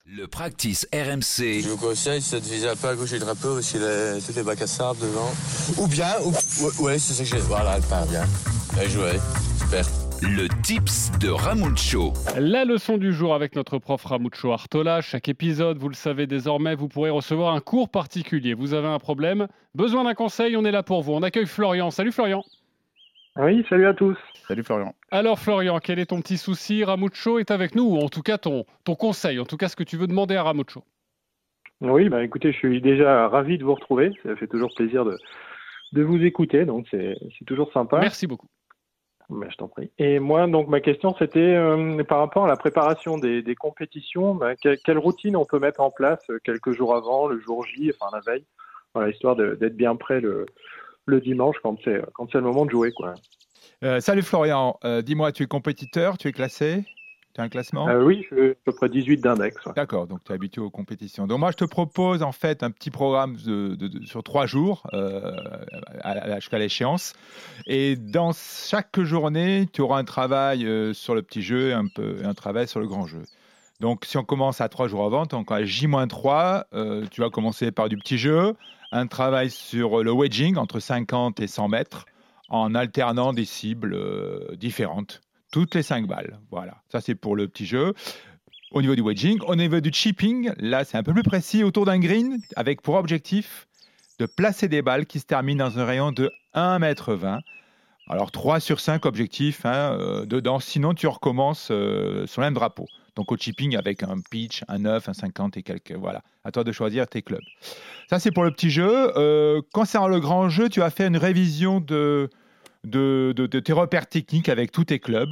Le practice RMC. Je vous conseille, ça de viser un peu à gauche et droite parce qu'il a toutes les bacs à sable devant. Ou bien, ouais, c'est ça que j'ai. Voilà, elle part bien. Bien joué, super. Le tips de Ramucho. La leçon du jour avec notre prof Ramucho Artola. Chaque épisode, vous le savez désormais, vous pourrez recevoir un cours particulier. Vous avez un problème, besoin d'un conseil, on est là pour vous. On accueille Florian. Salut Florian. Oui, salut à tous. Salut Florian. Alors Florian, quel est ton petit souci? Ramucho est avec nous, ou en tout cas ton conseil, en tout cas ce que tu veux demander à Ramucho. Oui, écoutez, je suis déjà ravi de vous retrouver. Ça fait toujours plaisir de vous écouter, donc c'est toujours sympa. Merci beaucoup. Je t'en prie. Et moi, donc ma question, c'était par rapport à la préparation des compétitions, quelle routine on peut mettre en place quelques jours avant, le jour J, enfin la veille, voilà, histoire d'être bien prêt le dimanche quand c'est le moment de jouer, quoi. Salut Florian, dis-moi, tu es compétiteur, tu es classé? Tu as un classement? Oui, je suis à peu près 18 d'index. Ouais. D'accord, donc tu es habitué aux compétitions. Donc moi, je te propose en fait un petit programme sur 3 jours jusqu'à l'échéance. Et dans chaque journée, tu auras un travail sur le petit jeu et un travail sur le grand jeu. Donc si on commence à 3 jours avant, donc à J-3, tu vas commencer par du petit jeu, un travail sur le wedging entre 50 et 100 mètres, en alternant des cibles différentes, toutes les 5 balles. Voilà, ça c'est pour le petit jeu. Au niveau du wedging, au niveau du chipping, là c'est un peu plus précis, autour d'un green, avec pour objectif de placer des balles qui se terminent dans un rayon de 1,20 m. Alors 3 sur 5 objectifs dedans, sinon tu recommences sur le même drapeau. Donc au chipping avec un pitch, un 9, un 50 et quelques. Voilà, à toi de choisir tes clubs. Ça c'est pour le petit jeu. Concernant le grand jeu, tu vas faire une révision de tes repères techniques avec tous tes clubs.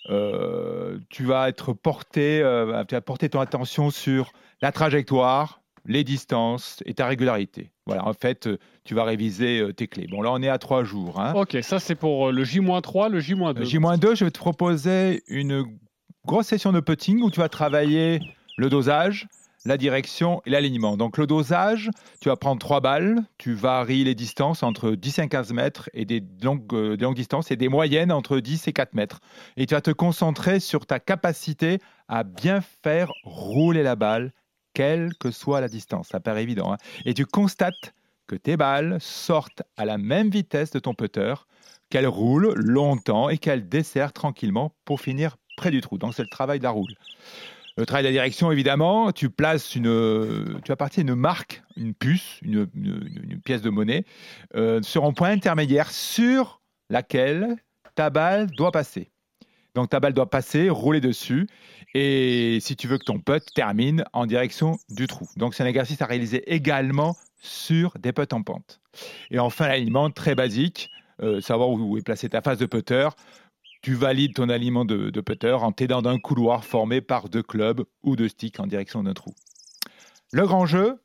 Tu vas porter ton attention sur la trajectoire, les distances et ta régularité. Voilà, en fait, tu vas réviser tes clés. Bon, là, on est à 3 jours. Ok, ça c'est pour le J-3, le J-2. Le J-2, je vais te proposer une grosse session de putting où tu vas travailler le dosage, la direction et l'alignement. Donc le dosage, tu vas prendre 3 balles, tu varies les distances entre 10 et 15 mètres et des longues distances et des moyennes entre 10 et 4 mètres. Et tu vas te concentrer sur ta capacité à bien faire rouler la balle, quelle que soit la distance. Ça paraît évident. Et tu constates que tes balles sortent à la même vitesse de ton putter, qu'elles roulent longtemps et qu'elles desserrent tranquillement pour finir près du trou. Donc c'est le travail de la roule. Le travail de la direction, évidemment, tu vas partir une marque, une puce, une pièce de monnaie sur un point intermédiaire sur laquelle ta balle doit passer. Donc ta balle doit passer, rouler dessus, et si tu veux que ton putt termine en direction du trou. Donc c'est un exercice à réaliser également sur des putts en pente. Et enfin, l'alignement très basique, savoir où est placée ta face de putter. Tu valides ton alignement de putter en t'aidant d'un couloir formé par 2 clubs ou 2 sticks en direction d'un trou. Le grand jeu,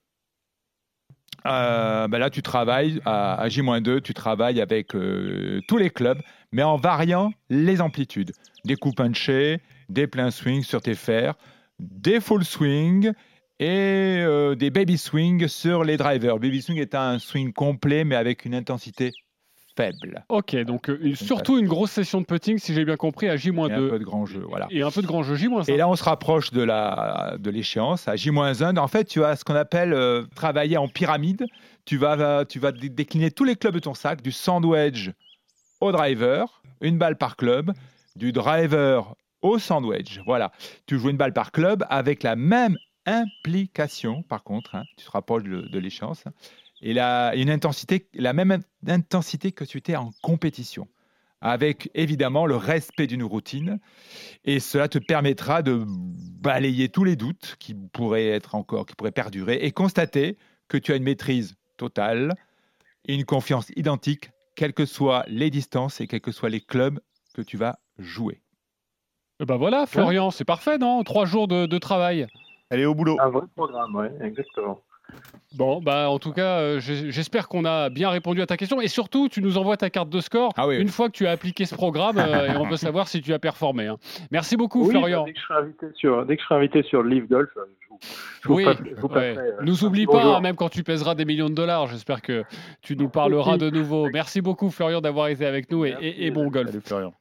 là tu travailles à J-2, tu travailles avec tous les clubs, mais en variant les amplitudes. Des coups punchés, des pleins swings sur tes fers, des full swings et des baby swings sur les drivers. Baby swing est un swing complet mais avec une intensité faible. Ok, donc surtout une grosse session de putting, si j'ai bien compris, à J-2. Et un peu de grand jeu, voilà. Et un peu de grand jeu J-1. Et là, on se rapproche de l'échéance. À J-1, en fait, tu as ce qu'on appelle travailler en pyramide. Tu vas décliner tous les clubs de ton sac, du sandwedge au driver, une balle par club, du driver au sandwedge. Voilà. Tu joues une balle par club avec la même implication, par contre. Tu te rapproches de l'échéance. Et la même intensité que tu étais en compétition, avec évidemment le respect d'une routine. Et cela te permettra de balayer tous les doutes qui pourraient perdurer et constater que tu as une maîtrise totale et une confiance identique, quelles que soient les distances et quels que soient les clubs que tu vas jouer. Voilà, Florian, c'est parfait, non? 3 jours de travail. Allez au boulot. Un vrai programme, oui, exactement. Bon, en tout cas, j'espère qu'on a bien répondu à ta question. Et surtout, tu nous envoies ta carte de score une fois que tu as appliqué ce programme et on veut savoir si tu as performé. Merci beaucoup, Florian. Dès que je serai invité sur le Live Golf, je vous passerai. Nous oublie pas, même quand tu pèseras des millions de dollars. J'espère que tu nous parleras de nouveau. Merci beaucoup, Florian, d'avoir été avec nous et bon golf. Salut, Florian.